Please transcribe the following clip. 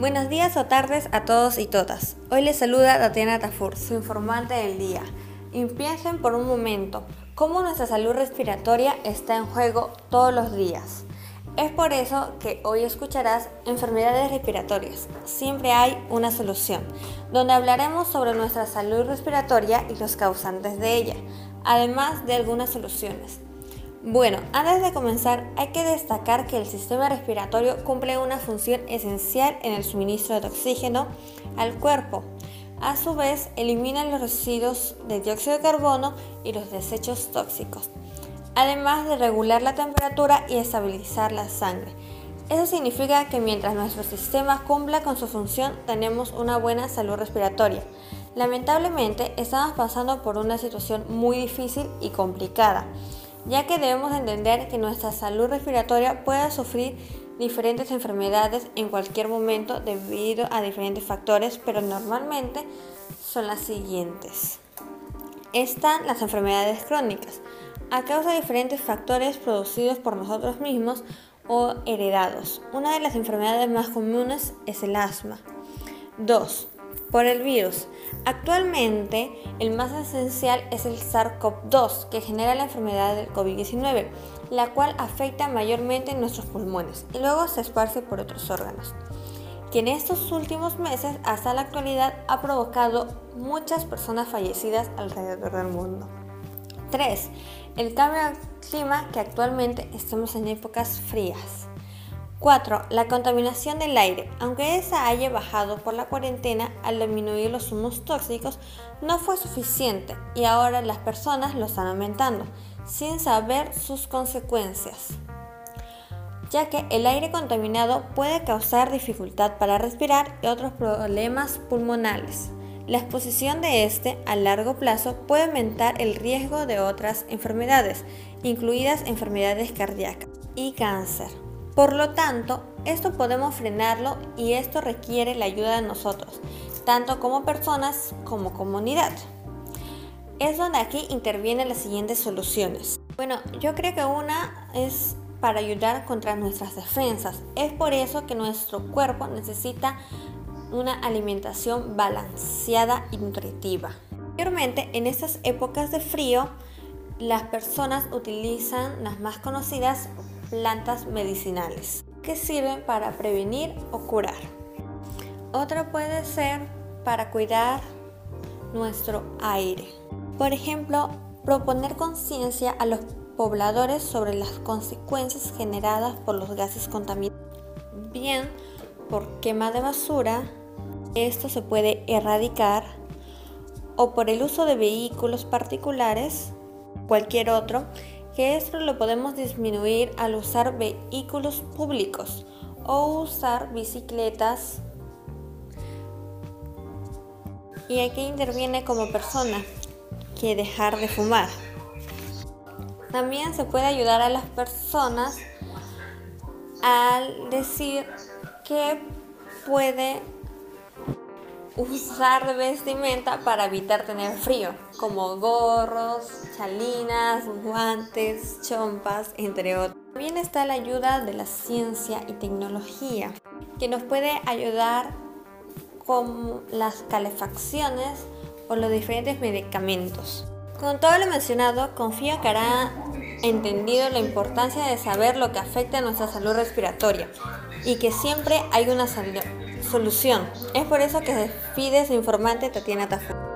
Buenos días o tardes a todos y todas. Hoy les saluda Tatiana Tafur, su informante del día. Y piensen por un momento cómo nuestra salud respiratoria está en juego todos los días. Es por eso que hoy escucharás enfermedades respiratorias. Siempre hay una solución, donde hablaremos sobre nuestra salud respiratoria y los causantes de ella, además de algunas soluciones. Bueno, antes de comenzar hay que destacar que el sistema respiratorio cumple una función esencial en el suministro de oxígeno al cuerpo. A su vez, elimina los residuos de dióxido de carbono y los desechos tóxicos, además de regular la temperatura y estabilizar la sangre. Eso significa que mientras nuestro sistema cumpla con su función, tenemos una buena salud respiratoria. Lamentablemente, estamos pasando por una situación muy difícil y complicada, ya que debemos entender que nuestra salud respiratoria puede sufrir diferentes enfermedades en cualquier momento debido a diferentes factores, pero normalmente son las siguientes. Están las enfermedades crónicas, a causa de diferentes factores producidos por nosotros mismos o heredados. Una de las enfermedades más comunes es el asma. 2. Por el virus. Actualmente, el más esencial es el SARS-CoV-2, que genera la enfermedad del COVID-19, la cual afecta mayormente nuestros pulmones y luego se esparce por otros órganos, que en estos últimos meses hasta la actualidad ha provocado muchas personas fallecidas alrededor del mundo. 3. El cambio de clima, que actualmente estamos en épocas frías. 4. La contaminación del aire. Aunque esa haya bajado por la cuarentena al disminuir los humos tóxicos, no fue suficiente y ahora las personas lo están aumentando, sin saber sus consecuencias, ya que el aire contaminado puede causar dificultad para respirar y otros problemas pulmonares. La exposición de este a largo plazo puede aumentar el riesgo de otras enfermedades, incluidas enfermedades cardíacas y cáncer. Por lo tanto, esto podemos frenarlo y esto requiere la ayuda de nosotros, tanto como personas como comunidad. Es donde aquí intervienen las siguientes soluciones. Bueno, yo creo que una es para ayudar contra nuestras defensas. Es por eso que nuestro cuerpo necesita una alimentación balanceada y nutritiva. Mayormente en estas épocas de frío, las personas utilizan las más conocidas plantas medicinales que sirven para prevenir o curar. Otra puede ser para cuidar nuestro aire. Por ejemplo, proponer conciencia a los pobladores sobre las consecuencias generadas por los gases contaminantes, bien por quema de basura, esto se puede erradicar, o por el uso de vehículos particulares, cualquier otro, que esto lo podemos disminuir al usar vehículos públicos o usar bicicletas. Y aquí interviene como persona que dejar de fumar. También se puede ayudar a las personas al decir que puede usar vestimenta para evitar tener frío, como gorros, chalinas, guantes, chompas, entre otros. También está la ayuda de la ciencia y tecnología, que nos puede ayudar con las calefacciones o los diferentes medicamentos. Con todo lo mencionado, confío que hará entendido la importancia de saber lo que afecta a nuestra salud respiratoria y que siempre hay una solución. Es por eso que se despide su informante Tatiana Tafur.